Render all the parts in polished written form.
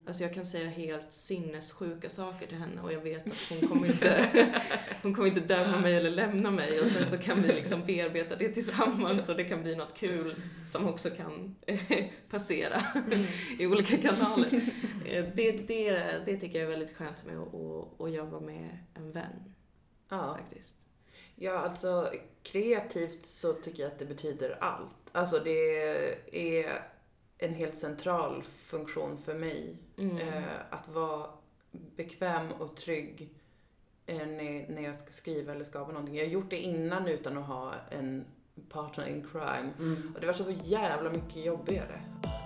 Alltså jag kan säga helt sinnessjuka saker till henne och jag vet att hon kommer inte döma mig eller lämna mig, och sen så kan vi liksom bearbeta det tillsammans och det kan bli något kul som också kan passera i olika kanaler. Det tycker jag är väldigt skönt med att jobba med en vän. Ja. Faktiskt. Ja, alltså kreativt så tycker jag att det betyder allt. Alltså det är en helt central funktion för mig. Att vara bekväm och trygg när jag ska skriva eller skapa någonting. Jag har gjort det innan utan att ha en partner in crime. Och det var så jävla mycket jobbigare.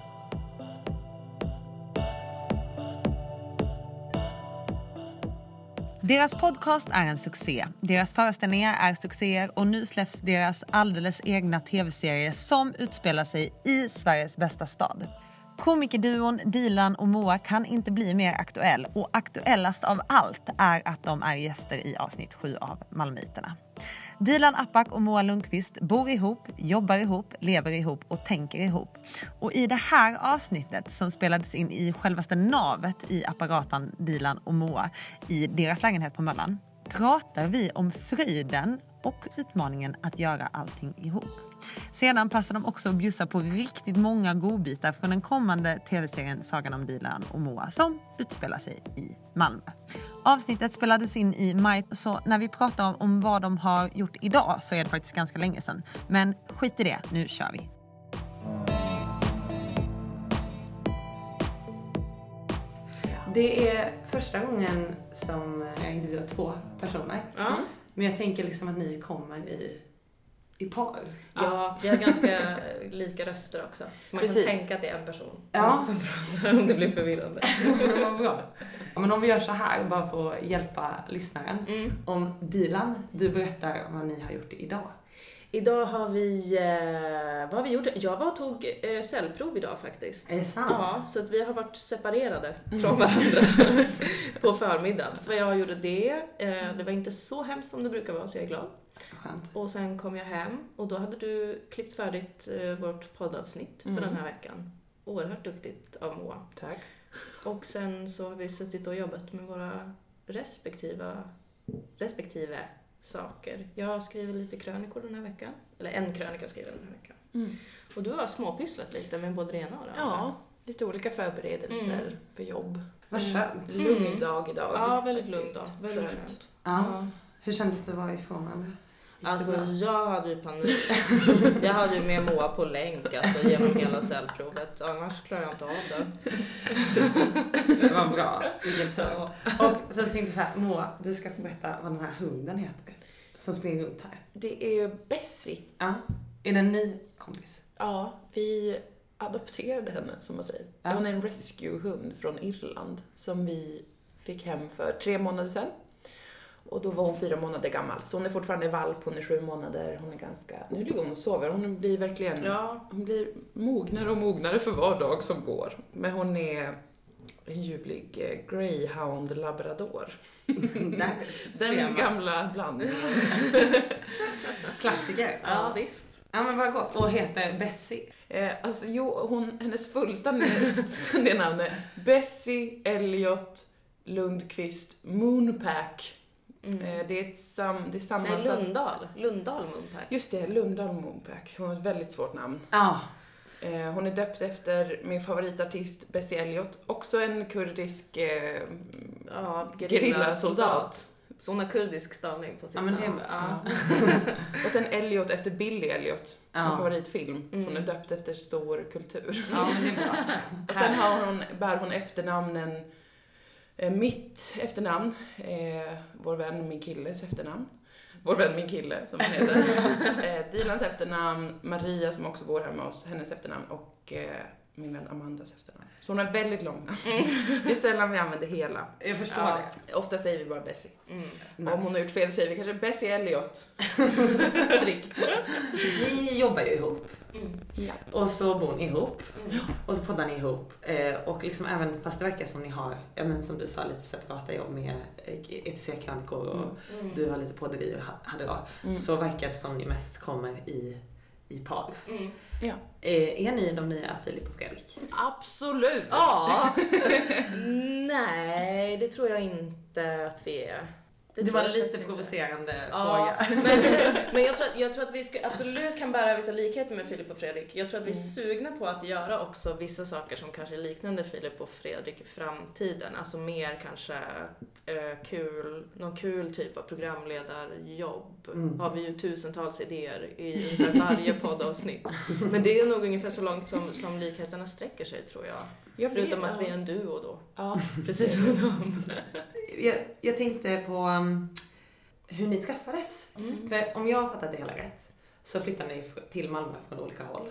Deras podcast är en succé. Deras föreställningar är succéer och nu släpps deras alldeles egna tv-serie som utspelar sig i Sveriges bästa stad. Komikerduon Dilan och Moa kan inte bli mer aktuell, och aktuellast av allt är att de är gäster i avsnitt 7 av Malmöiterna. Dilan Apak och Moa Lundqvist bor ihop, jobbar ihop, lever ihop och tänker ihop. Och i det här avsnittet som spelades in i självaste navet i apparaten Dilan och Moa i deras lägenhet på Möllan pratar vi om fröjden och utmaningen att göra allting ihop. Sedan passar de också att bjussa på riktigt många godbitar från den kommande tv-serien Sagan om Dilan och Moa som utspelar sig i Malmö. Avsnittet spelades in i maj, så när vi pratar om vad de har gjort idag så är det faktiskt ganska länge sedan. Men skit i det, nu kör vi. Det är första gången som jag intervjuar 2 personer. Men jag tänker liksom att ni kommer i par. Ja, vi har ganska lika röster också. Så man kan tänka att det är en person. Ja. Som pratar, om det blir förvirrande. Vad bra. Ja, men om vi gör så här, bara för att hjälpa lyssnaren. Om Dilan, du berättar vad ni har gjort idag. Idag har vi, vad har vi gjort? Jag var och tog cellprov idag faktiskt. Är det sant? Ja, så att vi har varit separerade från varandra på förmiddagen. Så jag gjorde det. Det var inte så hemskt som det brukar vara, så jag är glad. Skönt. Och sen kom jag hem och då hade du klippt färdigt vårt poddavsnitt för den här veckan. Oerhört duktigt av Moa. Tack. Och sen så har vi suttit och jobbat med våra respektive saker. Jag har skrivit lite krönikor den här veckan. Eller en krönika skriven den här veckan. Och du har småpysslat lite med både det ena och det andra. Ja, lite olika förberedelser för jobb. Vad skönt. Lugn dag idag. Ja, väldigt lugn dag. Väldigt skönt. Ja. Hur kändes det att vara ifrån varandra? Alltså jag hade ju panik. Jag hade ju med Moa på länk alltså, genom hela cellprovet. Annars klarar jag inte av det. Precis. Det var bra. Vilken tur. Och så tänkte jag så här, Moa, du ska få berätta vad den här hunden heter. Som springer runt här. Det är Bessie. Ja. Är det en ny kompis? Ja, vi adopterade henne som man säger. Ja. Hon är en rescue-hund från Irland som vi fick hem för 3 månader sedan. Och då var hon 4 månader gammal. Så hon är fortfarande valp, hon är 7 månader. Hon är ganska... Nu ligger hon och sover. Hon blir verkligen... Ja. Hon blir mognare och mognare för var dag som går. Men hon är en ljuvlig greyhound labrador. Den gamla blandningen. Klassiker. Ja, visst. Ja, men vad gott. Och heter Bessie. Alltså, hennes fullständiga namn är Bessie Elliot Lundqvist Moonpack. Det är sammansatt... Nej, Lundahl Moonpack. Just det, Lundahl Moonpack. Hon har ett väldigt svårt namn. Ja. Hon är döpt efter min favoritartist Bessie Elliot. Också en kurdisk gerillasoldat. Så hon har kurdisk stavning på sin namn. Ja. Och sen Elliot efter Billy Elliot. En favoritfilm. Så hon är döpt efter stor kultur. Ja, men det är bra. Och sen bär hon efternamnen. Mitt efternamn är vår vän min killes efternamn. Vår vän min kille som han heter. Dilans efternamn, Maria som också bor här med oss, hennes efternamn och min vän Amandas efternamn. Så hon är väldigt lång. Det är sällan vi använder hela. Jag förstår det. Ofta säger vi bara Bessie. Nice. Om hon har gjort fel säger vi kanske Bessie Elliot. Strikt. Ni jobbar ju ihop. Ja. Och så bor ni ihop. Och så poddar ni ihop. Och liksom även fast det verkar som ni har, som du sa, lite separata jobb med ETC-krönikor och du har lite podderi och hade så verkar det som ni mest kommer i par. Ja. Är ni de nya Filip och Fredrik? Absolut! Ja, det tror jag inte att vi är. Det var en lite provocerande fråga. Ja, men jag tror att vi absolut kan bära vissa likheter med Filip och Fredrik. Jag tror att vi är sugna på att göra också vissa saker som kanske är liknande Filip och Fredrik i framtiden. Alltså mer kanske någon kul typ av programledarjobb. Har vi ju tusentals idéer i ungefär varje poddavsnitt. Men det är nog ungefär så långt som likheterna sträcker sig, tror jag. Förutom att vi är en duo då. Ja. Precis som dem. Jag tänkte på hur ni träffades. För om jag har fattat det hela rätt så flyttade ni till Malmö från olika håll.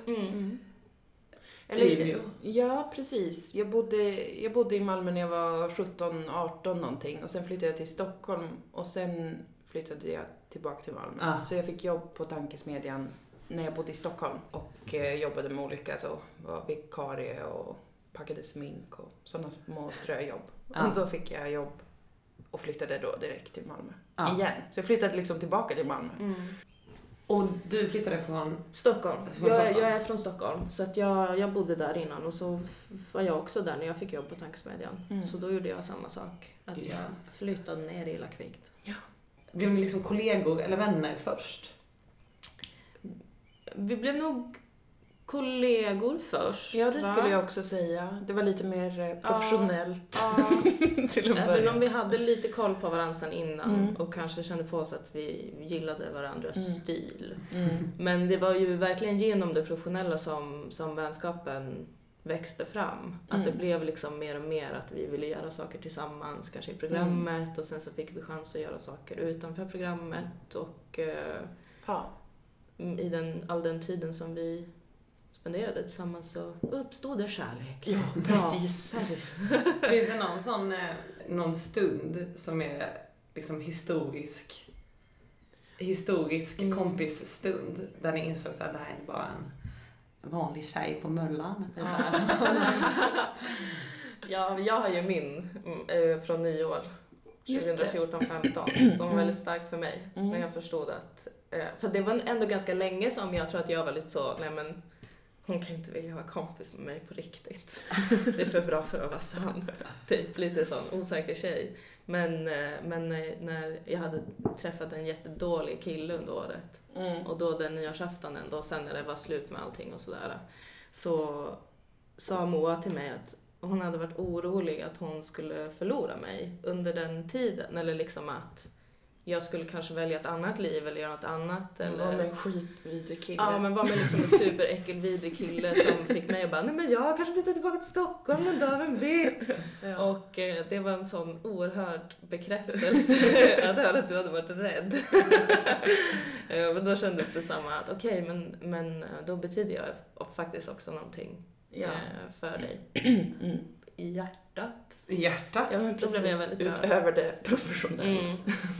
Ja, precis. Jag bodde i Malmö när jag var 17-18 någonting. Och sen flyttade jag till Stockholm. Och sen flyttade jag tillbaka till Malmö. Så jag fick jobb på Tankesmedjan när jag bodde i Stockholm. Och jobbade med olika, så var vikarie och packade smink och sådana små ströjobb. Och då fick jag jobb och flyttade då direkt till Malmö. Igen. Så jag flyttade liksom tillbaka till Malmö. Och du flyttade från Stockholm. Jag är från Stockholm. Så att jag bodde där innan. Och så var jag också där när jag fick jobb på Tankesmedjan. Så då gjorde jag samma sak. Att jag flyttade ner illa kvickt. Ja. Blev ni liksom kollegor eller vänner först? Vi blev nog kollegor först. Ja, det skulle jag också säga. Det var lite mer professionellt. Till även om vi hade lite koll på varandra sen innan och kanske kände på oss att vi gillade varandras stil. Men det var ju verkligen genom det professionella som vänskapen växte fram. Att det blev liksom mer och mer att vi ville göra saker tillsammans, kanske i programmet, och sen så fick vi chans att göra saker utanför programmet, och i all den tiden som vi spenderade tillsammans så uppstod det kärlek. Ja, precis. Precis. Finns det någon stund som är liksom historisk kompisstund där ni insåg att det här är bara en vanlig tjej på Möllan? Ja, jag har ju min från nyår 2014-15 som var väldigt starkt för mig när jag förstod att för det var ändå ganska länge som jag tror att jag var lite så, nej men hon kan inte vilja vara kompis med mig på riktigt. Det är för bra för att vara sant. Typ lite sån osäker tjej. Men när jag hade träffat en jättedålig kille under året och då den nyårsaftonen, då sen när det var slut med allting och sådär, så sa Moa till mig att hon hade varit orolig att hon skulle förlora mig under den tiden, eller liksom att jag skulle kanske välja ett annat liv eller göra något annat. Eller var med en skitvidrig kille. Ja, men var med liksom en superäckelvidrig kille som fick mig att bara, nej men jag kanske flyttar tillbaka till Stockholm en dag, vem vet? Och det var en sån oerhörd bekräftelse att höra att du hade varit rädd. Men då kändes det samma att okej, men då betyder jag faktiskt också någonting för dig. I hjärtat. I hjärtat? Ja, men precis. Då blev jag väldigt utöver det professionella.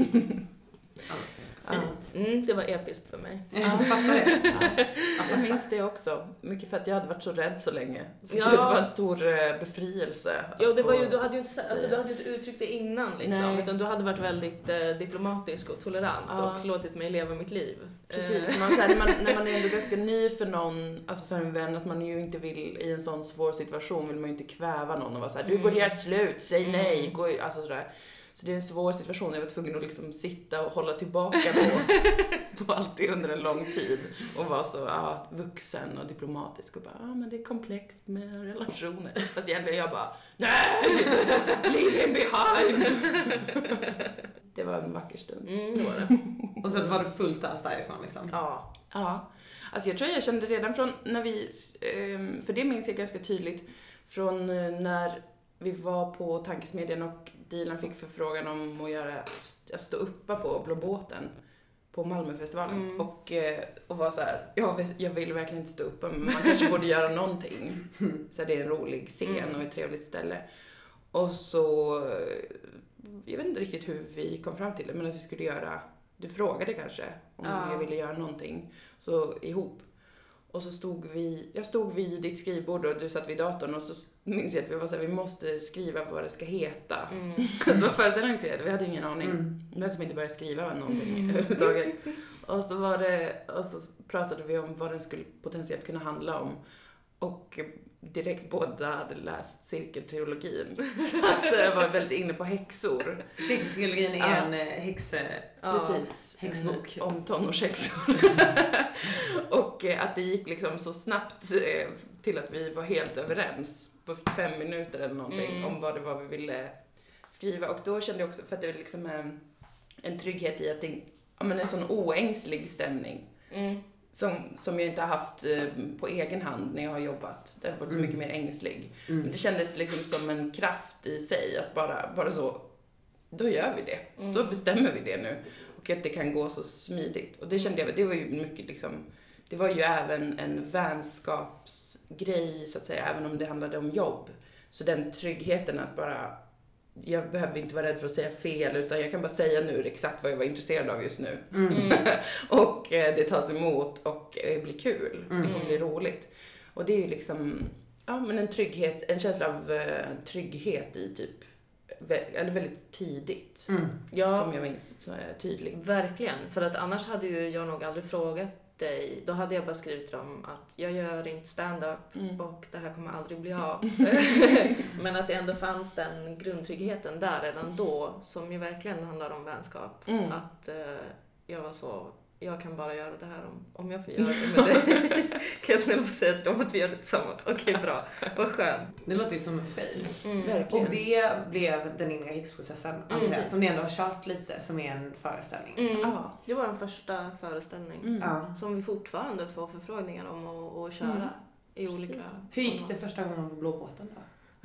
Det var episkt för mig. Ja, fattar det. Jag minns det också. Mycket för att jag hade varit så rädd så länge. Så det var en stor befrielse. Ja, det var ju, du hade ju inte uttryckt det innan liksom, utan du hade varit väldigt diplomatisk och tolerant och låtit mig leva mitt liv. Precis, när man är ändå ganska ny för någon, alltså för en vän, att man ju inte vill, i en sån svår situation vill man ju inte kväva någon och vara såhär, du borde göra slut, säg nej, gå, alltså sådär. Så det är en svår situation. Jag var tvungen att liksom sitta och hålla tillbaka på allt det under en lång tid. Och vara så vuxen och diplomatisk. Och bara, men det är komplext med relationer. Fast egentligen jag bara, nej! Leave him behind! Det var en vacker stund. Det var det. Och så var det fullt ös därifrån liksom? Ja. Alltså jag tror jag kände redan från när vi, för det minns jag ganska tydligt, från när vi var på Tankesmedjan och Dilan fick förfrågan om att stå uppa på Blå båten på Malmöfestivalen. Och var så här, jag vill verkligen inte stå uppa, men man kanske borde göra någonting. Så det är en rolig scen och ett trevligt ställe. Och så, jag vet inte riktigt hur vi kom fram till det, men att vi skulle göra, du frågade kanske om jag ville göra någonting, så ihop. Och så jag stod vid ditt skrivbord och du satt vid datorn, och så minns jag att vi var så här, vi måste skriva vad det ska heta. Så det var föreställning till det, vi hade ingen aning. Vi hade som inte börjat skriva någonting överhuvudtaget. Och så pratade vi om vad den skulle potentiellt kunna handla om. Och direkt båda hade läst cirkeltrilogin. Så att jag var väldigt inne på häxor. Cirkeltrilogin är en Precis. häxbok. Om tonårshäxor. Och att det gick liksom så snabbt till att vi var helt överens på 5 minuter eller någonting om vad det var vi ville skriva. Och då kände jag också, för att det är liksom en trygghet i att det är en sån oängslig stämning. Som jag inte har haft på egen hand när jag har jobbat. Det har varit mycket mer ängslig. Men det kändes liksom som en kraft i sig att bara så, då gör vi det. Då bestämmer vi det nu. Och att det kan gå så smidigt. Och det kände jag, det var ju mycket liksom, det var ju även en vänskapsgrej så att säga, även om det handlade om jobb. Så den tryggheten att bara, jag behöver inte vara rädd för att säga fel, utan jag kan bara säga nu exakt vad jag var intresserad av just nu. Och det tas emot och blir kul. Det kommer bli roligt. Och det är ju liksom, men en trygghet, en känsla av trygghet i typ, eller väldigt tidigt. Ja, som jag minns så tydligt. Verkligen, för att annars hade ju jag nog aldrig frågat dig. Då hade jag bara skrivit till dem att jag gör inte stand-up och det här kommer aldrig bli av. Men att det ändå fanns den grundtryggheten där redan då, som ju verkligen handlar om vänskap. Att jag var så, jag kan bara göra det här om jag får göra det med dig. Kan jag snälla få säga till dem att vi gör det tillsammans? Okej, bra. Vad skönt. Det låter ju som en fröjd. Verkligen. Och det blev den inre häxprocessen, som ni ändå har kört lite, som är en föreställning. Det var den första föreställning som vi fortfarande får förfrågningar om att köra i olika. Hur gick det första gången på Blåbåten då?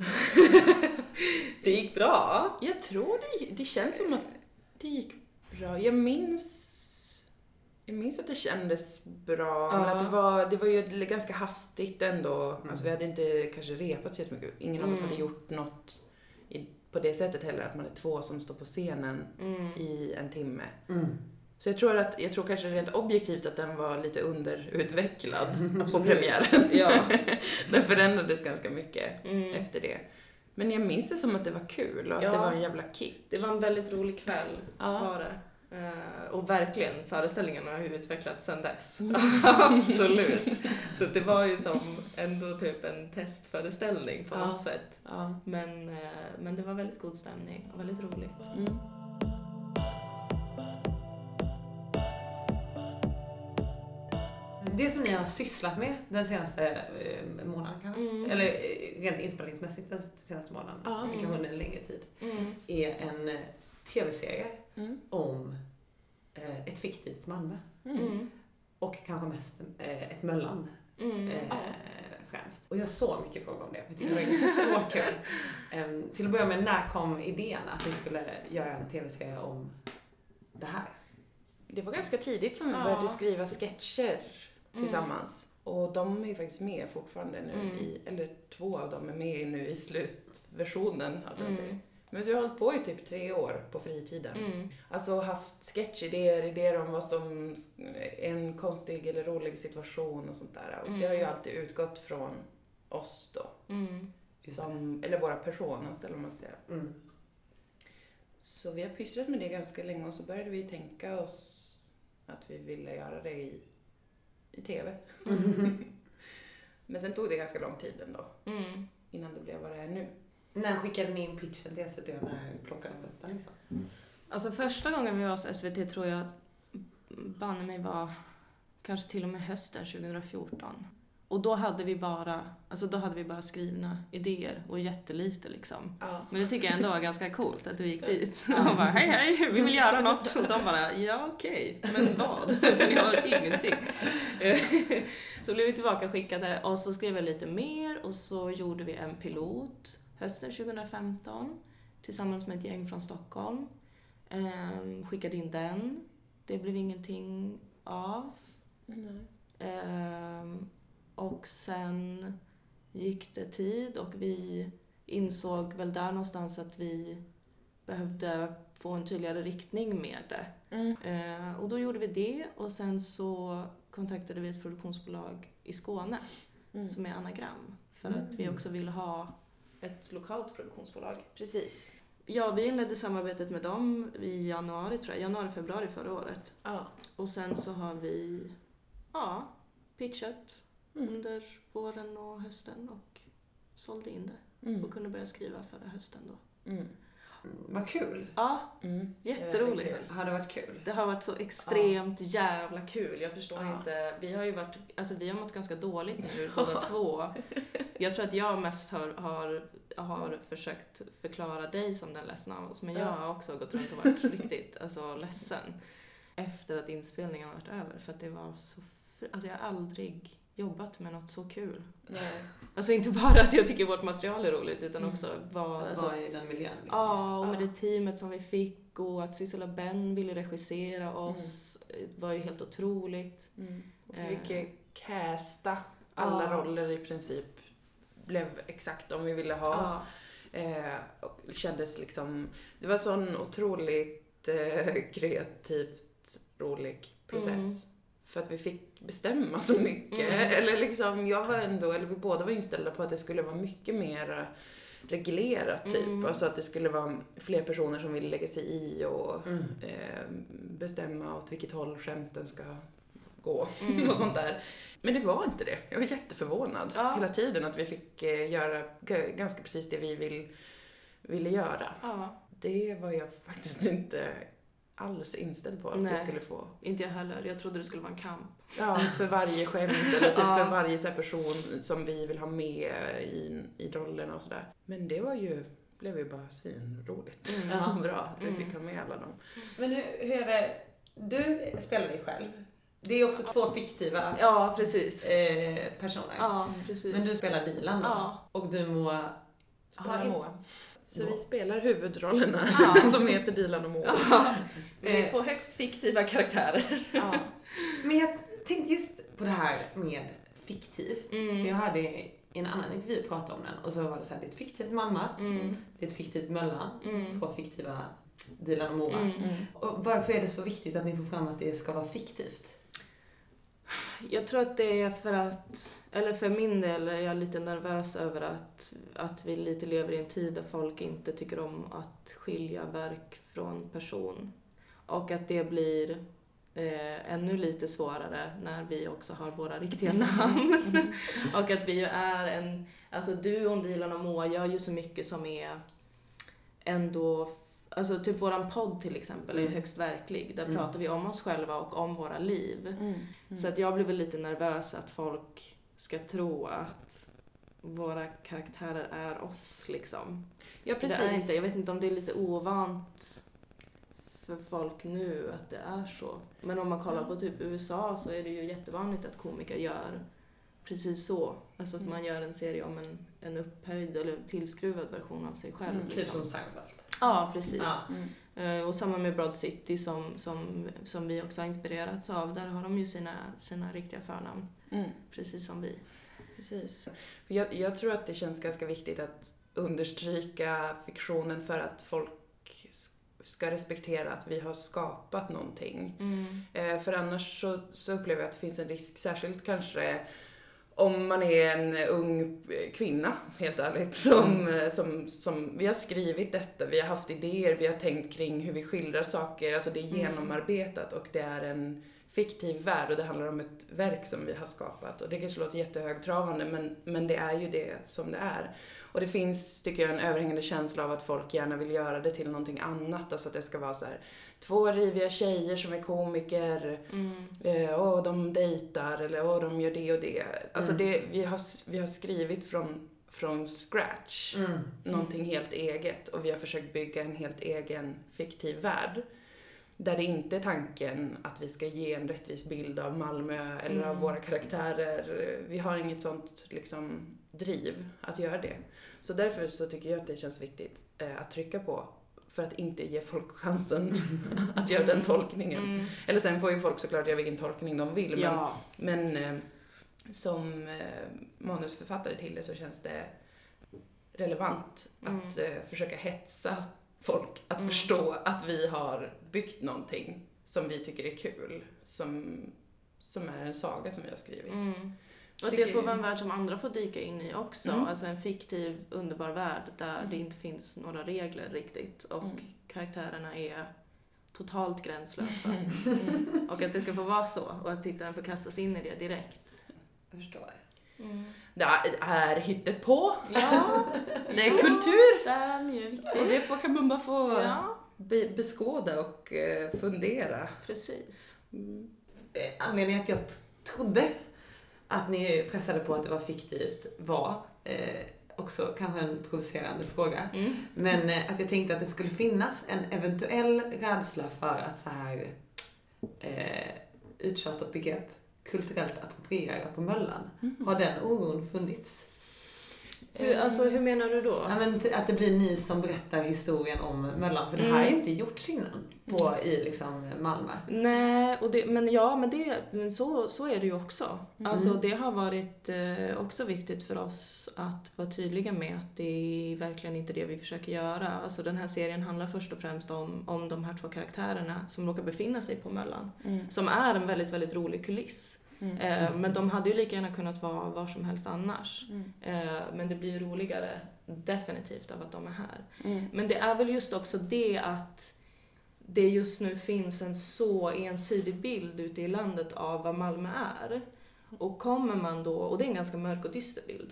Det gick bra. Jag tror det känns som att det gick bra. Jag minns att det kändes bra, men att det var ju ganska hastigt ändå. Alltså vi hade inte kanske repat så jättemycket. Ingen av oss hade gjort något på det sättet heller, att man är 2 som står på scenen i en timme. Så jag tror kanske rent objektivt att den var lite underutvecklad på premiären. Den förändrades ganska mycket efter det. Men jag minns det som att det var kul och att det var en jävla kick. Det var en väldigt rolig kväll, var det. Och verkligen, föreställningarna har ju utvecklats sedan dess. Absolut. Så det var ju som ändå typ en testföreställning på något sätt. Men det var väldigt god stämning och väldigt roligt. Det som ni har sysslat med den senaste månaden kanske, eller rent inspelningsmässigt den senaste månaden, kanske under en längre tid, är en tv-serie om ett fiktivt Malmö. Och kanske mest ett Möllan främst. Och jag har så mycket frågor om det, för jag tycker det var så kul. Till att börja med, när kom idén att ni skulle göra en tv-serie om det här? Det var ganska tidigt som vi började skriva sketcher tillsammans. Och de är ju faktiskt med fortfarande nu eller 2 av dem är med nu i slutversionen. Men vi har hållit på i typ 3 år på fritiden. Alltså haft idéer om vad som är en konstig eller rolig situation och sånt där. Och det har ju alltid utgått från oss då. Eller våra personer, om man säger. Så vi har pysslat med det ganska länge och så började vi tänka oss att vi ville göra det i tv. Men sen tog det ganska lång tid ändå. Innan det blev vad det är nu. När skickade ni in pitchen till SVT och när plockade ni upp den liksom? Alltså första gången vi var hos SVT tror jag banne mig var kanske till och med hösten 2014. Och då hade vi bara skrivna idéer och jättelite liksom. Men det tycker jag ändå var ganska coolt att du gick dit och bara hej, vi vill göra något. Och de bara, ja okej, men vad? För ni har ingenting. Så blev vi tillbaka skickade och så skrev jag lite mer och så gjorde vi en pilot hösten 2015 tillsammans med ett gäng från Stockholm. Skickade in den. Det blev ingenting av. Och sen gick det tid och vi insåg väl där någonstans att vi behövde få en tydligare riktning med det. Och då gjorde vi det och sen så kontaktade vi ett produktionsbolag i Skåne som är Anagram för att vi också ville ha ett lokalt produktionsbolag. Precis. Ja, vi inledde samarbetet med dem i januari-februari förra året. Och sen så har vi pitchat under våren och hösten och sålde in det och kunde börja skriva förra hösten då. Vad kul. Ja, jätteroligt. Har det varit kul? Det har varit så extremt jävla kul. Jag förstår inte. Vi har ju varit, alltså vi har mått ganska dåligt nu båda två. Jag tror att jag mest har försökt förklara dig som den ledsna av oss. Men jag har också gått runt och varit riktigt ledsen. Efter att inspelningen har varit över. För att det var så... Alltså jag har aldrig jobbat med något så kul. Nej. Alltså inte bara att jag tycker vårt material är roligt, utan också Att vara i den miljön. Liksom. Ja, och med det teamet som vi fick och att Sissela Ben ville regissera oss var ju helt otroligt. Och vi fick casta alla roller i princip. Blev exakt de vi ville ha. Och det kändes liksom... Det var sån otroligt kreativt rolig process. För att vi fick bestämma så mycket. Eller liksom, vi båda var inställda på att det skulle vara mycket mer reglerat typ. Alltså att det skulle vara fler personer som ville lägga sig i och bestämma åt vilket håll skämten ska gå och sånt där. Men det var inte det. Jag var jätteförvånad hela tiden att vi fick göra ganska precis det vi ville göra. Det var jag faktiskt inte alls inställd på att vi skulle få. Inte jag heller. Jag trodde det skulle vara en kamp. Ja, för varje skämt eller typ för varje så här person som vi vill ha med i rollerna och sådär. Men det blev ju bara svinroligt. Bra att vi fick ha med alla dem. Men hur är det? Du spelar dig själv. Det är också två fiktiva personer. Ja, precis. Men du spelar Dilan då. Och du Moa spelar Moa. Så vi spelar huvudrollerna som heter Dilan och Moa. Vi är två högst fiktiva karaktärer. Men jag tänkte just på det här med fiktivt. För jag hade i en annan intervju pratat om den. Och så var det så här, det är ett fiktivt mamma. Det är ett fiktivt Möllan. Två fiktiva Dilan och Moa. Och varför är det så viktigt att ni får fram att det ska vara fiktivt? Jag tror att det är för min del är jag lite nervös över att vi lite lever i en tid där folk inte tycker om att skilja verk från person. Och att det blir ännu lite svårare när vi också har våra riktiga namn. Och att vi är alltså duon Dilan och Moa gör ju så mycket som är ändå... Alltså typ våran podd till exempel är ju högst verklig. Där pratar vi om oss själva och om våra liv. Så att jag blir väl lite nervös att folk ska tro att våra karaktärer är oss liksom. Ja, precis. Det är inte, jag vet inte om det är lite ovant för folk nu att det är så. Men om man kollar på typ USA så är det ju jättevanligt att komiker gör precis så. Alltså att man gör en serie om en upphöjd eller tillskruvad version av sig själv. Typ liksom. som Seinfeld. Ja, precis. Och samma med Broad City som vi också har inspirerats av. Där har de ju sina riktiga förnamn. Precis som vi. Precis. Jag tror att det känns ganska viktigt att understryka fiktionen för att folk ska respektera att vi har skapat någonting. För annars så upplever jag att det finns en risk, särskilt kanske om man är en ung kvinna, helt ärligt, som vi har skrivit detta, vi har haft idéer, vi har tänkt kring hur vi skildrar saker, alltså det är genomarbetat och det är en fiktiv värld och det handlar om ett verk som vi har skapat och det kanske låter jättehögtravande men det är ju det som det är. Och det finns, tycker jag, en överhängande känsla av att folk gärna vill göra det till någonting annat, alltså att det ska vara så här 2 riviga tjejer som är komiker och de dejtar eller de gör det och det. Alltså vi har skrivit från scratch någonting helt eget och vi har försökt bygga en helt egen fiktiv värld. Där det inte är tanken att vi ska ge en rättvis bild av Malmö eller av våra karaktärer. Vi har inget sånt liksom driv att göra det. Så därför så tycker jag att det känns viktigt att trycka på. För att inte ge folk chansen att göra den tolkningen. Eller sen får ju folk såklart göra vilken tolkning de vill. Men som manusförfattare till det så känns det relevant att försöka hetsa folk att förstå att vi har byggt någonting som vi tycker är kul, som är en saga som vi har skrivit. Och det får vara en värld som andra får dyka in i också. Alltså en fiktiv, underbar värld där det inte finns några regler riktigt och karaktärerna är totalt gränslösa. Och att det ska få vara så och att tittaren får kastas in i det direkt. Jag förstår. Det är hittepå. Ja. Det är kultur. Det är mycket viktigt. Och det kan man bara få Ja, beskåda och fundera. precis. Anledningen att jag trodde att ni pressade på att det var fiktivt var också kanske en provocerande fråga. Men att jag tänkte att det skulle finnas en eventuell rädsla för att så här uttjatat begrepp kulturellt appropriera på Möllan. Har den oron funnits? Hur menar du då? Ja, men att det blir ni som berättar historien om Möllan. För det här är inte gjorts innan i liksom Malmö. Nej, men så är det ju också. Alltså det har varit också viktigt för oss att vara tydliga med att det är verkligen inte det vi försöker göra. Alltså den här serien handlar först och främst om de här 2 karaktärerna som råkar befinna sig på Möllan. Som är en väldigt, väldigt rolig kuliss. Men de hade ju lika gärna kunnat vara var som helst annars. Men det blir ju roligare definitivt av att de är här. Men det är väl just också det att det just nu finns en så ensidig bild ute i landet av vad Malmö är. Och kommer man då, och det är en ganska mörk och dyster bild.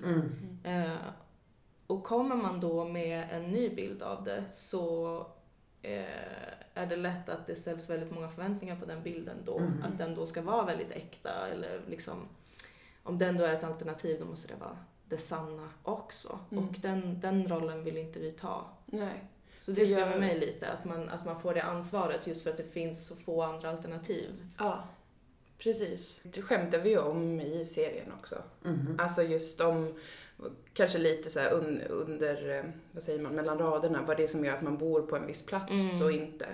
Och kommer man då med en ny bild av det så är det lätt att det ställs väldigt många förväntningar på den bilden då. Att den då ska vara väldigt äkta eller liksom, om den då är ett alternativ då måste det vara det sanna också. Och den rollen vill inte vi ta. Nej. Så det skrämmer mig lite att man får det ansvaret just för att det finns så få andra alternativ. Ja, precis. Det skämtar vi ju om i serien också. Alltså just om kanske lite så här under vad säger man, mellan raderna, vad det är som gör att man bor på en viss plats och inte.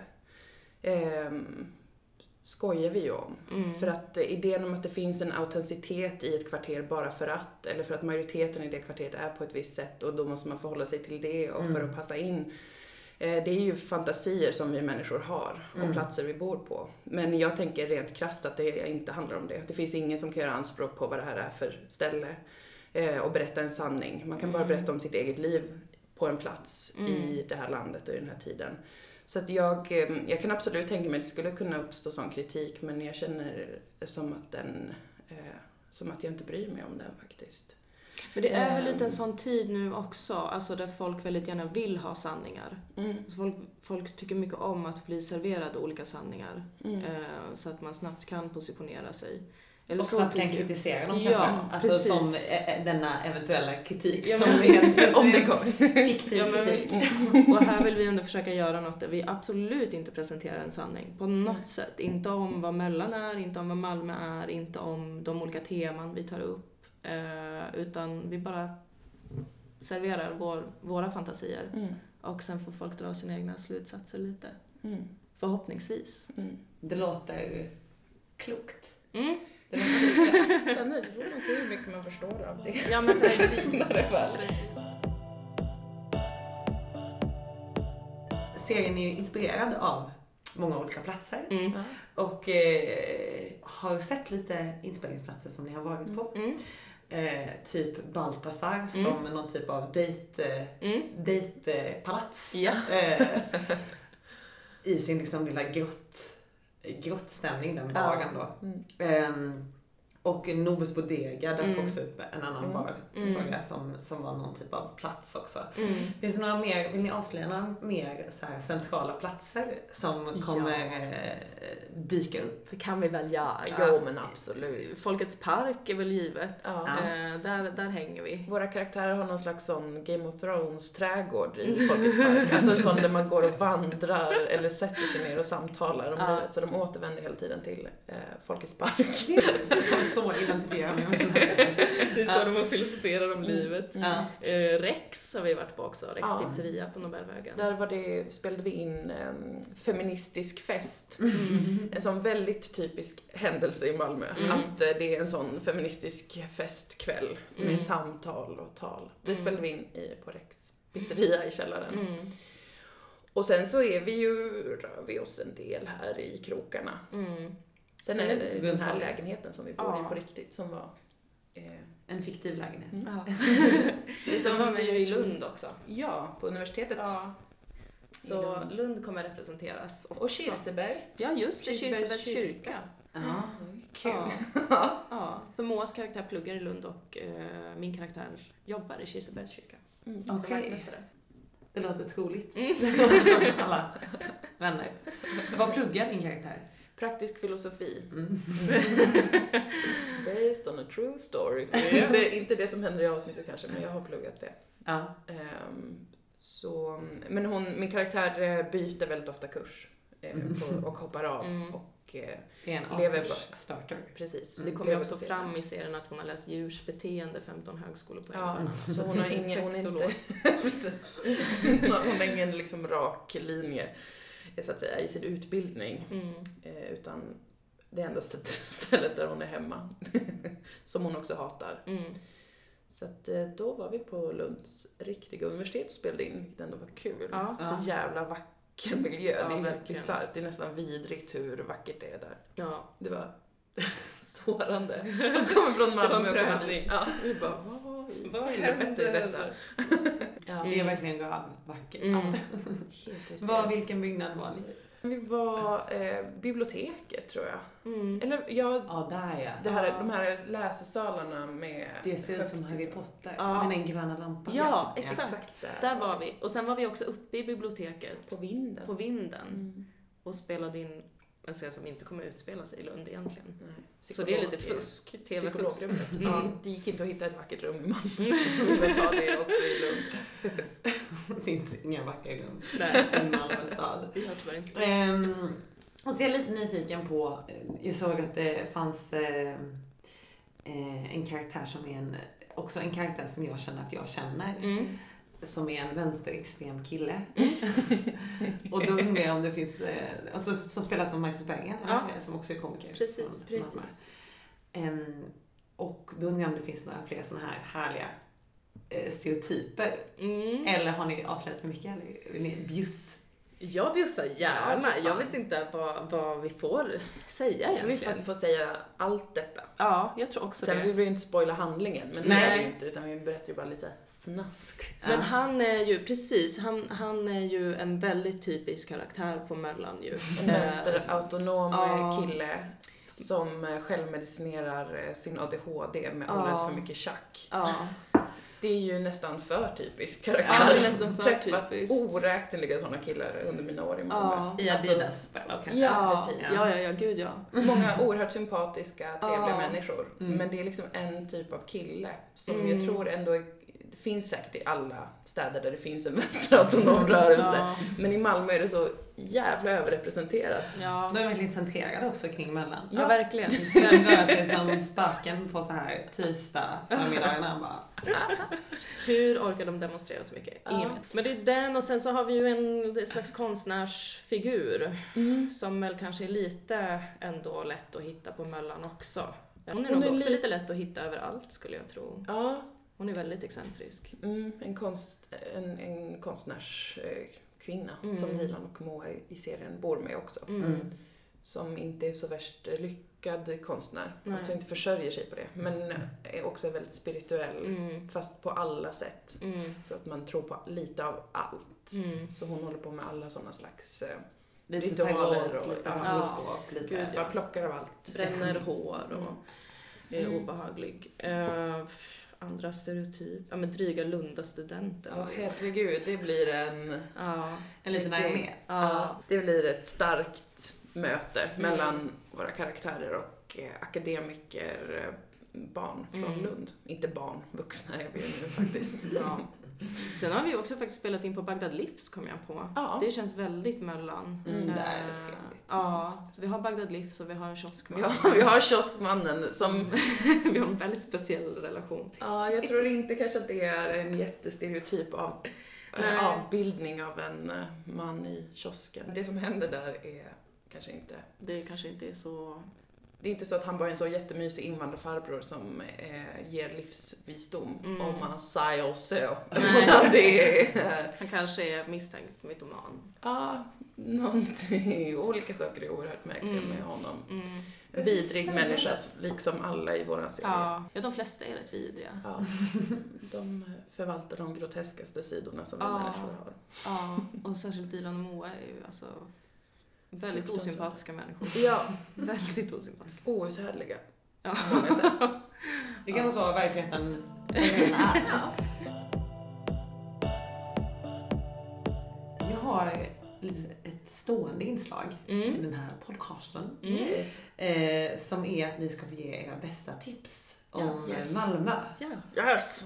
Skojar vi ju om. För att idén om att det finns en autenticitet i ett kvarter bara för att, eller för att majoriteten i det kvarteret är på ett visst sätt och då måste man förhålla sig till det och för att passa in. Det är ju fantasier som vi människor har om platser vi bor på. Men jag tänker rent krasst att det inte handlar om det. Det finns ingen som kan göra anspråk på vad det här är för ställe och berätta en sanning. Man kan bara berätta om sitt eget liv på en plats i det här landet och i den här tiden. Så att jag kan absolut tänka mig att det skulle kunna uppstå sån kritik, men jag känner som att jag inte bryr mig om den faktiskt. Men det är väl lite en sån tid nu också, alltså där folk väldigt gärna vill ha sanningar. Alltså folk tycker mycket om att bli serverade olika sanningar så att man snabbt kan positionera sig. Eller och så snabbt kan kritisera dem ja, kanske. Alltså precis. som denna eventuella kritik ja, som är om det går. fiktiv kritik. Och här vill vi ändå försöka göra något där vi absolut inte presenterar en sanning på något sätt. Inte om vad Möllan är, inte om vad Malmö är, inte om de olika teman vi tar upp. Utan vi bara serverar våra fantasier. Och sen får folk dra sina egna slutsatser lite. Förhoppningsvis. Det låter klokt. Spännande, så får man se hur mycket man förstår av det. Ja, men precis. Serien är ju inspirerad av många olika platser. Och har sett lite inspelningsplatser som ni har varit på. Typ Baltasar som någon typ av dejtpalats. Ja. I sin liksom lilla grottstämning, den baren då. Och Nobels Bodega dök också upp en annan bar såg jag, som var någon typ av plats också. Finns det några mer, vill ni avslöja några mer så här centrala platser som kommer dyka upp? Det kan vi väl göra. Jo, men absolut. Folkets park är väl givet. Ja. Där hänger vi. Våra karaktärer har någon slags sån Game of Thrones trädgård i Folkets park. Alltså en sån där man går och vandrar eller sätter sig ner och samtalar om livet. Så de återvänder hela tiden till Folkets park. Så identifierar mig. Dit går de och filosoferar om livet. Rex har vi varit på också. Rex pizzeria på Nobelvägen. Där spelade vi in feministisk fest. En sån väldigt typisk händelse i Malmö. Att det är en sån feministisk festkväll med samtal och tal. Det spelade vi in på Rex pizzeria i källaren. Och sen så rör vi oss en del här i krokarna. Sen är det den här lägenheten som vi bor i på riktigt som var en fiktiv lägenhet. Sen var vi ju i Lund också. Ja, på universitetet. Ja. Så Lund kommer representeras också. Och Kirseberg. Ja, just det. Kirsebergs kyrka. Kul. Ja, för Moas karaktär pluggar i Lund och min karaktär jobbar i Kirsebergs kyrka. Som vaktmästare. Det låter troligt. Alla vänner. Vad pluggar din karaktär? Praktisk filosofi. Based on a true story. Inte det som händer i avsnittet kanske, men jag har pluggat det. Ja. Men min karaktär byter väldigt ofta kurs och hoppar av. Och Det är en lever starter. Precis. Det kommer också fram i serien att hon har läst djursbeteende 15 högskolepoäng. Så hon har ingen liksom rak linje så att säga i sin utbildning. Utan det är enda stället där hon är hemma. Som hon också hatar. Så att då var vi på Lunds riktiga universitet och spelade in, vilket ändå var kul. Så jävla vacker miljö. Det är helt bisarrt. Det är nästan vidrigt hur vackert det är där. Ja. Det var sårande. Jag kommer från Malmö och kommer dit. Ja, vi bara, vad i helvete är detta? Det är verkligen vackert. Helt Vilken byggnad var ni? Vi var biblioteket, tror jag. Eller de här läsesalarna med... Det ser ut som Harry Potter, med den gröna lampan. Ja, exakt. Där var vi. Och sen var vi också uppe i biblioteket. På vinden. Och spelade in en scen som inte kommer utspela sig i Lund egentligen. Så det är lite fusk. TV-fusk. Det gick inte att hitta ett vackert rum i Malmö. Så vi ta det också i Lund. Det finns inga vackra rum i Malmö stad. Det har tyvärr inte. Och så är jag lite nyfiken på, jag såg att det fanns en karaktär som är också en karaktär som jag känner att jag känner. Som är en vänsterextrem kille. Och då undrar jag om det finns, alltså, som spelas som Marcus Berggren, som också är komiker. Precis. Och då undrar jag om det finns några fler sådana här härliga stereotyper. Eller har ni avslöjat för mycket? Eller är ni bjuss? Jag bjussar gärna. Jag vet inte vad vi får säga egentligen. Vi faktiskt får säga allt detta. Ja, jag tror också Sen det. Vi vill ju inte spoila handlingen, men det är vi inte, utan vi berättar ju bara lite snask. Men han är ju, precis, han är ju en väldigt typisk karaktär på Möllan ju. En vänsterautonom kille som självmedicinerar sin ADHD med alldeles för mycket tjack. Det är ju nästan för typisk karaktär. Ja, det är nästan för träffat typiskt. oräkneliga sådana killar under mina år i Malmö. I Adidas. Ja, precis. Ja, gud ja. Många oerhört sympatiska, trevliga människor. Men det är liksom en typ av kille som jag tror ändå det finns säkert i alla städer där det finns en vänsterautonom rörelse. Men i Malmö är det så jävla överrepresenterat. Ja. De är verkligen centrerade också kring Möllan. Ja, verkligen. Den rör sig som spöken på så här tisdag förmiddagarna bara. Hur orkar de demonstrera så mycket? Ingen vet. Men det är den, och sen så har vi ju en slags konstnärsfigur som väl kanske är lite ändå lätt att hitta på Möllan också. Hon är nog också lite lätt att hitta överallt, skulle jag tro. Ja. Hon är väldigt excentrisk. En konstnärskvinna som Dilan och Moa i serien bor med också. Som inte är så värst lyckad konstnär. Alltså inte försörjer sig på det. Men är också väldigt spirituell. Fast på alla sätt. Så att man tror på lite av allt. Så hon håller på med alla sådana slags ritualer. Lite horoskop. Bara plockar av allt. Bränner hår och är obehaglig. Andra stereotyp. Ja, men dryga Lunda-studenten. Ja, herregud. Det blir en liten armé. Det blir ett starkt möte mellan våra karaktärer och akademiker, barn från Lund. Inte barn, vuxna är vi nu faktiskt. Sen har vi också faktiskt spelat in på Bagdad Livs, kom jag på. Det känns väldigt Möllan. Det är rätt trevligt. Ja, så vi har Bagdad Livs och vi har kioskmannen. Ja, vi har kioskmannen som... vi har en väldigt speciell relation till. Ja, jag tror inte kanske att det är en jättestereotyp av avbildning av en man i kiosken. Det som händer där är kanske inte... Det kanske inte är så... Det är inte så att han bara är en så jättemysig invandrarfarbror som ger livsvisdom om man säger och så. Det är... Han kanske är misstänkt mytoman. Ja, någonting. Olika saker är oerhört märkliga med honom. En vidrig människa, liksom alla i våran serie. Ja, de flesta är rätt vidriga. Ja, de förvaltar de groteskaste sidorna som vi människor har. Ja, och särskilt Dilan och Moa är ju alltså... Väldigt osympatiska människor. Ja. Väldigt osympatiska. Outhärdliga. Ja. På många sätt. Det kan vara så verkligheten Ja. Jag har ett stående inslag i den här podcasten. Som är att ni ska få ge era bästa tips om Malmö. Yes!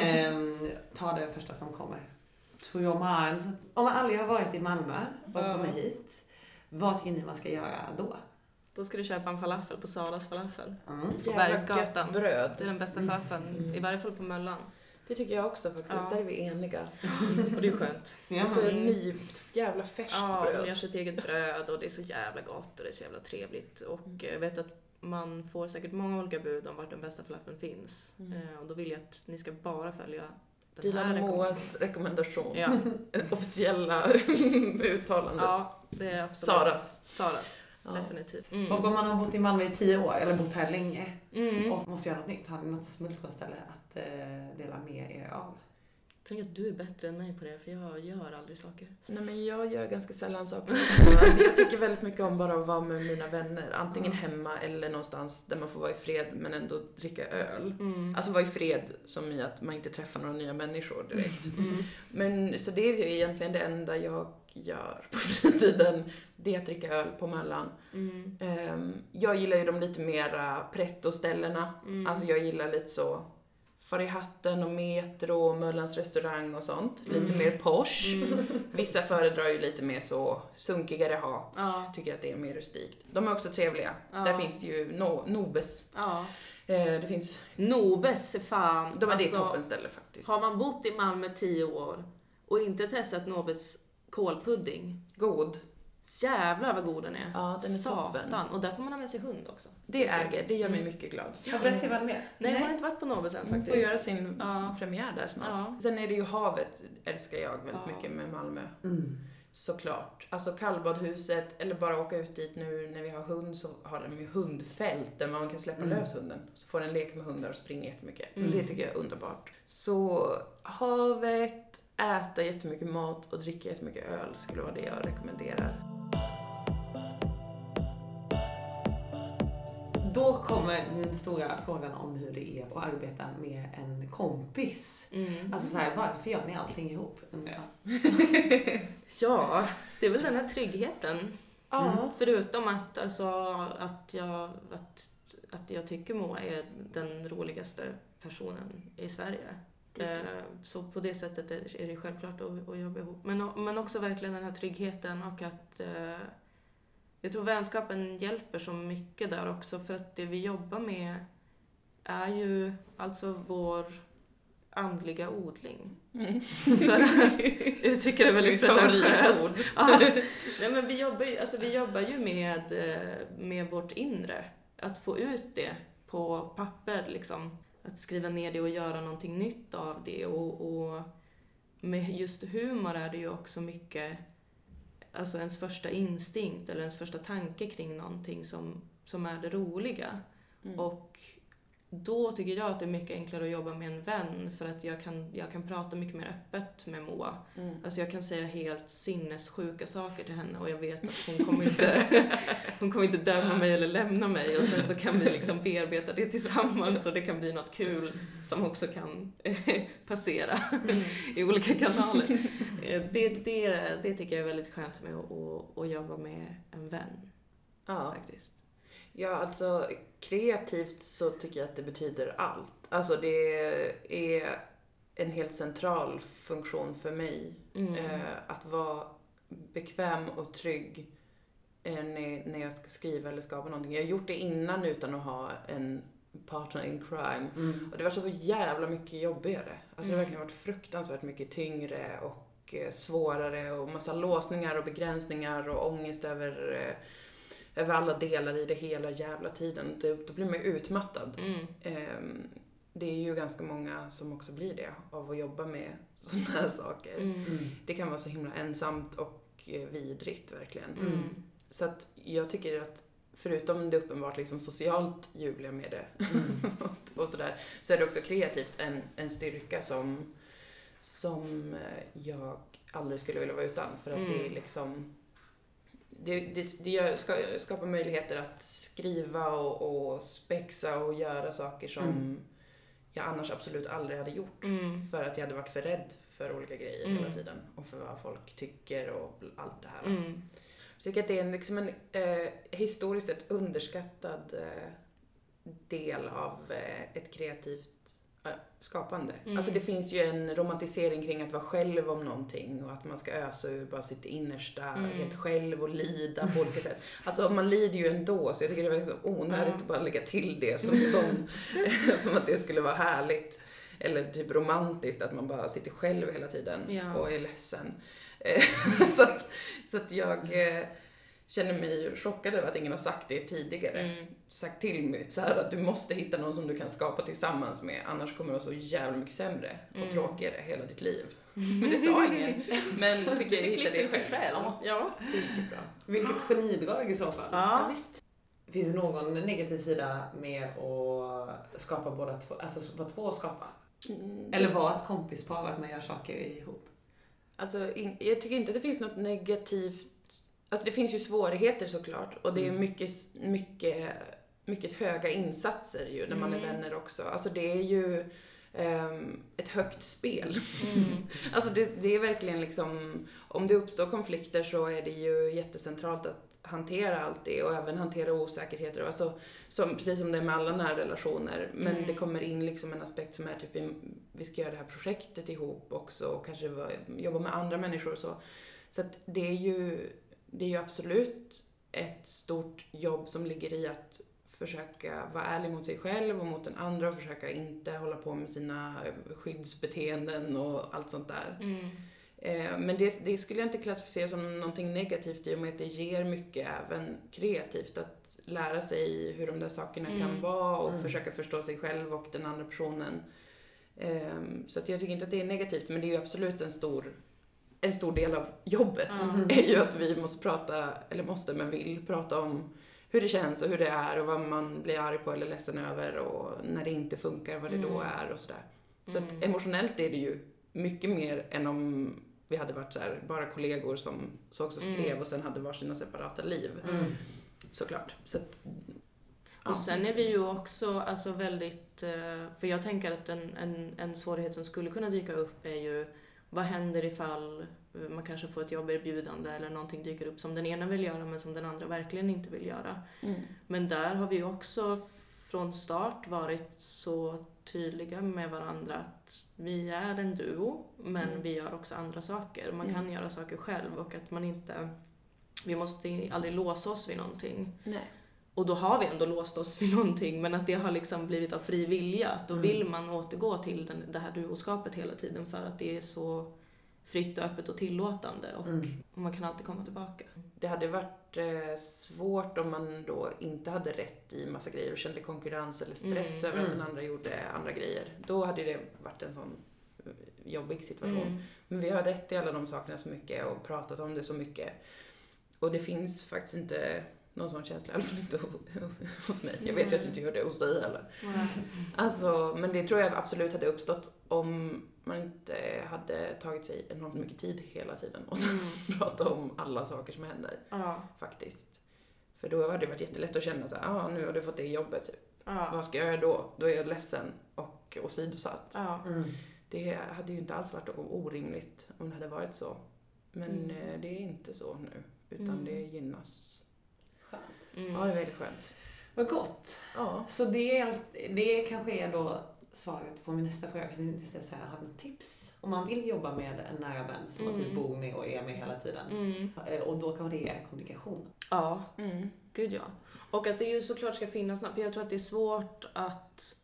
Ta det första som kommer. To your mind. Om man aldrig har varit i Malmö och kommer hit, vad tycker ni man ska göra då? Då ska du köpa en falafel på Saras falafel. Jävla Bergsgatan. gött bröd. Det är den bästa falafeln, i varje fall på Möllan. Det tycker jag också faktiskt. Ja. Där är vi eniga. Och det är skönt. Och så en ny jävla färskt Ja, bröd. de gör sitt eget bröd och det är så jävla gott och det är så jävla trevligt. Och jag vet att man får säkert många olika bud om vart den bästa falafeln finns. Och då vill jag att ni ska bara följa den här Moas rekommendation. Ja. officiella uttalandet. Ja, det är absolut. Saras. Ja. Definitivt. Och om man har bott i Malmö i 10 år eller bott här länge och måste göra något nytt, har ni något smultronställe att dela med er av? Jag tänker att du är bättre än mig på det, för jag gör aldrig saker. Nej, men jag gör ganska sällan saker. Alltså, jag tycker väldigt mycket om bara att vara med mina vänner. Antingen hemma eller någonstans där man får vara i fred men ändå dricka öl. Alltså vara i fred som i att man inte träffar några nya människor direkt. Men så det är egentligen det enda jag gör på fritiden. Det är att dricka öl på Möllan. Jag gillar ju de lite mera pretto-ställena. Alltså jag gillar lite så Far i hatten och Metro och Möllans restaurang och sånt. Lite mer posh. Vissa föredrar ju lite mer så sunkigare hak. Tycker att det är mer rustikt. De är också trevliga. Där finns det ju Nobes. Det finns... Nobes är fan. Det är toppenställe faktiskt. Har man bott i Malmö 10 år och inte testat Nobes kålpudding. God. Jävlar vad god den är. Ja, den är toppen. Och där får man ha med sig hund också. Det gör mig mycket glad. Har Bessie varit med? Nej, hon har inte varit på Nobes än faktiskt. Hon får göra sin premiär där snart. Ja. Sen är det ju havet, älskar jag väldigt mycket med Malmö. Såklart. Alltså kallbadhuset, eller bara åka ut dit nu när vi har hund, så har de ju hundfält där man kan släppa lös hunden. Så får den leka med hundar och springa jättemycket. Det tycker jag är underbart. Så havet, äta jättemycket mat och dricka jättemycket öl skulle vara det jag rekommenderar. Då kommer den stora frågan om hur det är att arbeta med en kompis. Alltså så här, varför gör ni allting ihop, undrar jag? Ja, det är väl den här tryggheten. Förutom att, alltså, att jag tycker Moa är den roligaste personen i Sverige. Så på det sättet är det självklart att jobba ihop. Men också verkligen den här tryggheten och att jag tror vänskapen hjälper så mycket där också, för att det vi jobbar med är ju alltså vår andliga odling. För att uttrycka det väldigt pretentiöst. Nej, men vi jobbar ju med vårt inre. Att få ut det på papper liksom. Att skriva ner det och göra någonting nytt av det. Och med just humor är det ju också mycket, alltså ens första instinkt eller ens första tanke kring någonting som är det roliga. Och då tycker jag att det är mycket enklare att jobba med en vän, för att jag kan prata mycket mer öppet med Moa. Alltså jag kan säga helt sinnessjuka saker till henne och jag vet att hon kommer inte döma mig eller lämna mig, och sen så kan vi liksom bearbeta det tillsammans och det kan bli något kul som också kan passera i olika kanaler. Det tycker jag är väldigt skönt med att jobba med en vän. Faktiskt. Ja, alltså kreativt så tycker jag att det betyder allt. Alltså det är en helt central funktion för mig. Att vara bekväm och trygg när jag ska skriva eller skapa någonting. Jag har gjort det innan utan att ha en partner in crime. Och det var så jävla mycket jobbigare. Alltså det har verkligen varit fruktansvärt mycket tyngre och svårare och massa låsningar och begränsningar och ångest över alla delar i det hela jävla tiden. Då blir man ju utmattad. Det är ju ganska många som också blir det av att jobba med sådana här saker. Det kan vara så himla ensamt och vidrigt verkligen. Så att jag tycker att förutom det uppenbart liksom socialt ljuvliga med det och sådär, så är det också kreativt en styrka som jag aldrig skulle vilja vara utan, för att det är liksom det skapar möjligheter att skriva och spexa och göra saker som jag annars absolut aldrig hade gjort. För att jag hade varit för rädd för olika grejer hela tiden. Och för vad folk tycker och allt det här. Så jag tycker att det är liksom en historiskt sett underskattad del av ett kreativt skapande. Alltså det finns ju en romantisering kring att vara själv om någonting och att man ska ösa ur bara sitt innersta helt själv och lida på olika sätt. Alltså man lider ju ändå, så jag tycker det är så onödigt att bara lägga till det som att det skulle vara härligt eller typ romantiskt att man bara sitter själv hela tiden och är ledsen. så att jag känner mig chockad över att ingen har sagt det tidigare. Sagt till mig så här att du måste hitta någon som du kan skapa tillsammans med, annars kommer det vara så jävla mycket sämre och tråkigare hela ditt liv. Men det sa ingen. Men fick jag hitta det själv. Ja. Det gick bra. Vilket genidrag i så fall. Ja, visst. Finns det någon negativ sida med att skapa båda två, alltså vara två och skapa? Eller vara ett kompispar, att man gör saker ihop? Alltså, jag tycker inte att det finns något negativt. Alltså det finns ju svårigheter såklart. Och det är mycket höga insatser ju när man är vänner också. Alltså det är ju ett högt spel. Alltså det är verkligen liksom, om det uppstår konflikter så är det ju jättecentralt att hantera allt det och även hantera osäkerheter. Alltså, precis som det är med alla nära relationer. Men det kommer in liksom en aspekt som är typ vi ska göra det här projektet ihop också och kanske jobba med andra människor och så. Så att det är ju absolut ett stort jobb som ligger i att försöka vara ärlig mot sig själv och mot den andra och försöka inte hålla på med sina skyddsbeteenden och allt sånt där. Men det skulle jag inte klassificera som någonting negativt i och med att det ger mycket även kreativt att lära sig hur de där sakerna kan vara och försöka förstå sig själv och den andra personen. Så att jag tycker inte att det är negativt, men det är ju absolut en stor del av jobbet är ju att vi vill prata om hur det känns och hur det är och vad man blir arg på eller ledsen över och när det inte funkar, vad det då är och sådär. Så att emotionellt är det ju mycket mer än om vi hade varit så här, bara kollegor som sågs och skrev och sen hade varsina separata liv. Såklart. Så att, och sen är vi ju också alltså väldigt, för jag tänker att en svårighet som skulle kunna dyka upp är ju vad händer ifall man kanske får ett jobberbjudande eller någonting dyker upp som den ena vill göra men som den andra verkligen inte vill göra. Men där har vi ju också från start varit så tydliga med varandra att vi är en duo men vi gör också andra saker. Man kan göra saker själv och att vi måste aldrig låsa oss vid någonting. Nej. Och då har vi ändå låst oss vid någonting, men att det har liksom blivit av fri vilja. Då vill man återgå till det här duoskapet hela tiden för att det är så fritt och öppet och tillåtande och man kan alltid komma tillbaka. Det hade varit svårt om man då inte hade rätt i massa grejer och kände konkurrens eller stress över att den andra gjorde andra grejer. Då hade det varit en sån jobbig situation. Men vi har rätt i alla de sakerna så mycket och pratat om det så mycket. Och det finns faktiskt inte någon sån känsla, i alla fall inte hos mig. Jag vet ju att det inte gör det hos dig heller. Alltså, men det tror jag absolut hade uppstått om man inte hade tagit sig enormt mycket tid hela tiden och prata om alla saker som händer. Faktiskt. För då hade det varit jättelätt att känna så här, nu har du fått det jobbet. Typ. Vad ska jag göra då? Då är jag ledsen och åsidosatt. Det hade ju inte alls varit orimligt om det hade varit så. Men det är inte så nu, utan det gynnas. Skönt. Ja, det är väldigt skönt. Vad gott. Ja. Så det kanske är då svaret på min nästa fråga. Jag tänkte säga, har du något tips? Om man vill jobba med en nära vän som man typ bor med och är med hela tiden. Och då kan det är kommunikation. Ja, gud ja. Och att det ju såklart ska finnas något. För jag tror att det är svårt att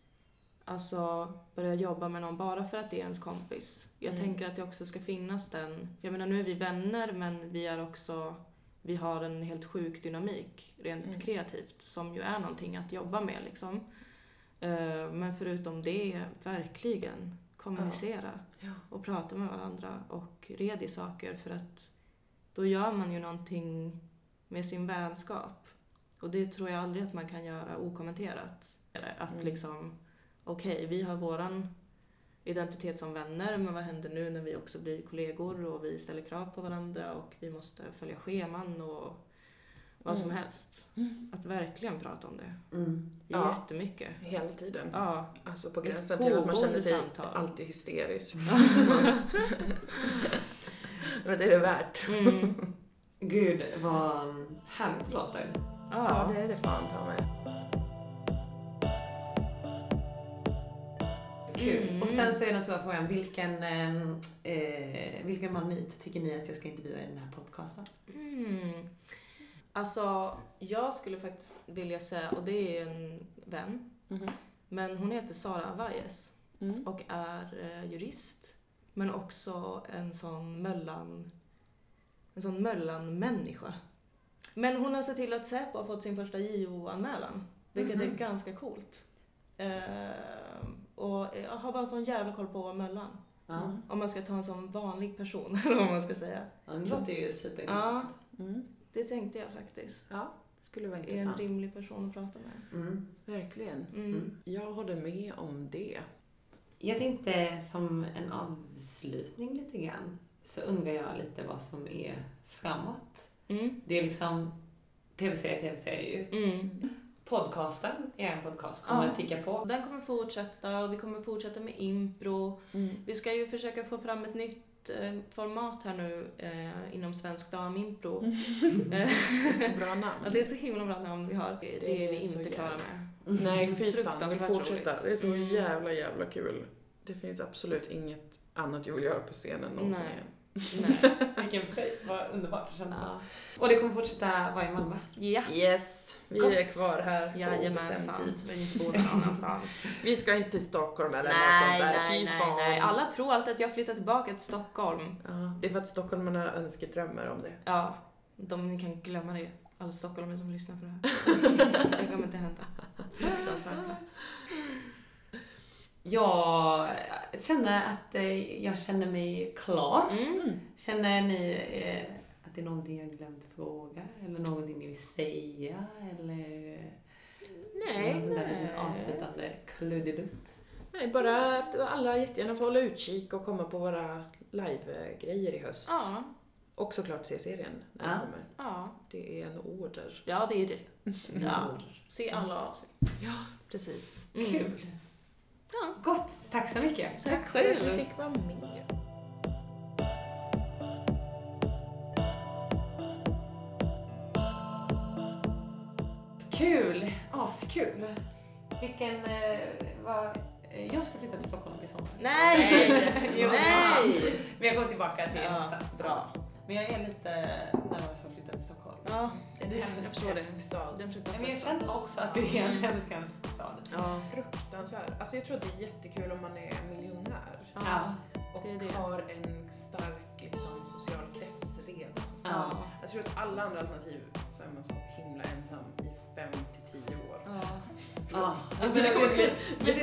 börja jobba med någon bara för att det är ens kompis. Jag tänker att det också ska finnas den. Jag menar, nu är vi vänner, men vi har en helt sjuk dynamik rent kreativt som ju är någonting att jobba med liksom. Men förutom det, verkligen kommunicera och prata med varandra och red i saker, för att då gör man ju någonting med sin vänskap. Och det tror jag aldrig att man kan göra okommenterat. Att liksom, okej, vi har våran identitet som vänner, men vad händer nu när vi också blir kollegor och vi ställer krav på varandra och vi måste följa scheman och vad som helst. Att verkligen prata om det. Ja. Jättemycket. Hela tiden. Ja. Alltså på gränsen till att man känner sig alltid hysterisk. Men det är det värt. Gud, vad härligt det låter. Ja, det är det fan ta med. Kul. Och sen så är den stora frågan, vilken malmit tycker ni att jag ska intervjua i den här podcasten? Alltså, jag skulle faktiskt vilja säga, och det är en vän, men hon heter Sara Avajes och är jurist, men också en sån mellanmänniska. Men hon har sett till att Säpo har fått sin första JO-anmälan, vilket är ganska coolt. Och jag har bara en sån jävla koll på Möllan. Om man ska ta en sån vanlig person, eller vad man ska säga. Ja, det låter ju superintressant. Det tänkte jag faktiskt. Ja, skulle vara Är intressant. en rimlig person att prata med. Verkligen. Jag håller med om det. Jag tänkte som en avslutning lite grann, så undrar jag lite vad som är framåt. Det är liksom tv-serie ju. Podcasten, er podcast, kommer att ticka på. Den kommer fortsätta och vi kommer fortsätta med impro. Vi ska ju försöka få fram ett nytt format här nu inom svensk damimpro. Det är så bra namn. Ja, det är ett så himla bra namn vi har. Det är vi inte klara med. Nej, fy fan, vi fortsätta. roligt. Det är så jävla kul. Det finns absolut inget annat jag vill göra på scenen någonsin igen. Vilken fröjd, vad underbart det kändes. Och det kommer fortsätta vara i Malmö? Ja. Yes, vi är kvar här på bestämd tid. Vi inte bor någon annanstans. Vi ska inte till Stockholm eller något sånt där. Nej. Alla tror alltid att jag flyttar tillbaka till Stockholm. Ja, det är för att stockholmarna önskedrömmer om det. Ja, ni kan glömma det. Alla stockholmare som lyssnar på det här. Det kommer inte hända. Fruktansvärd plats. Jag känner att jag känner mig klar. Känner ni att det är någonting jag glömt fråga? Eller någonting ni vill säga? Eller någon sån där avslutande kluddidutt? Nej, bara att alla jättegärna får hålla utkik och komma på våra live-grejer i höst. Ja. Och såklart se serien när den kommer. Ja. Det är en order. Ja, det är det. Ja. Se alla avsnitt. Ja, precis. Kul. Ja. Gott, tack så mycket. Tack För att själv. vi fick vara med. Kul, askul. Jag ska flytta till Stockholm i sommar. Nej! Jo, Nej! Men jag kommer tillbaka till nästa. Bra. Men jag är lite nervös för att flytta till Stockholm. Ja, Det är en hemsk stad. den Men jag känner också att det är en hemsk stad. Ja. Fruktansvärd. Alltså jag tror att det är jättekul om man är miljonär. Ja. Och det är det. har en stark liksom, social krets redan. Ja. Jag tror att alla andra alternativ så är man så himla ensam i 5 till 10 år. Ja. Förlåt. Det kommer till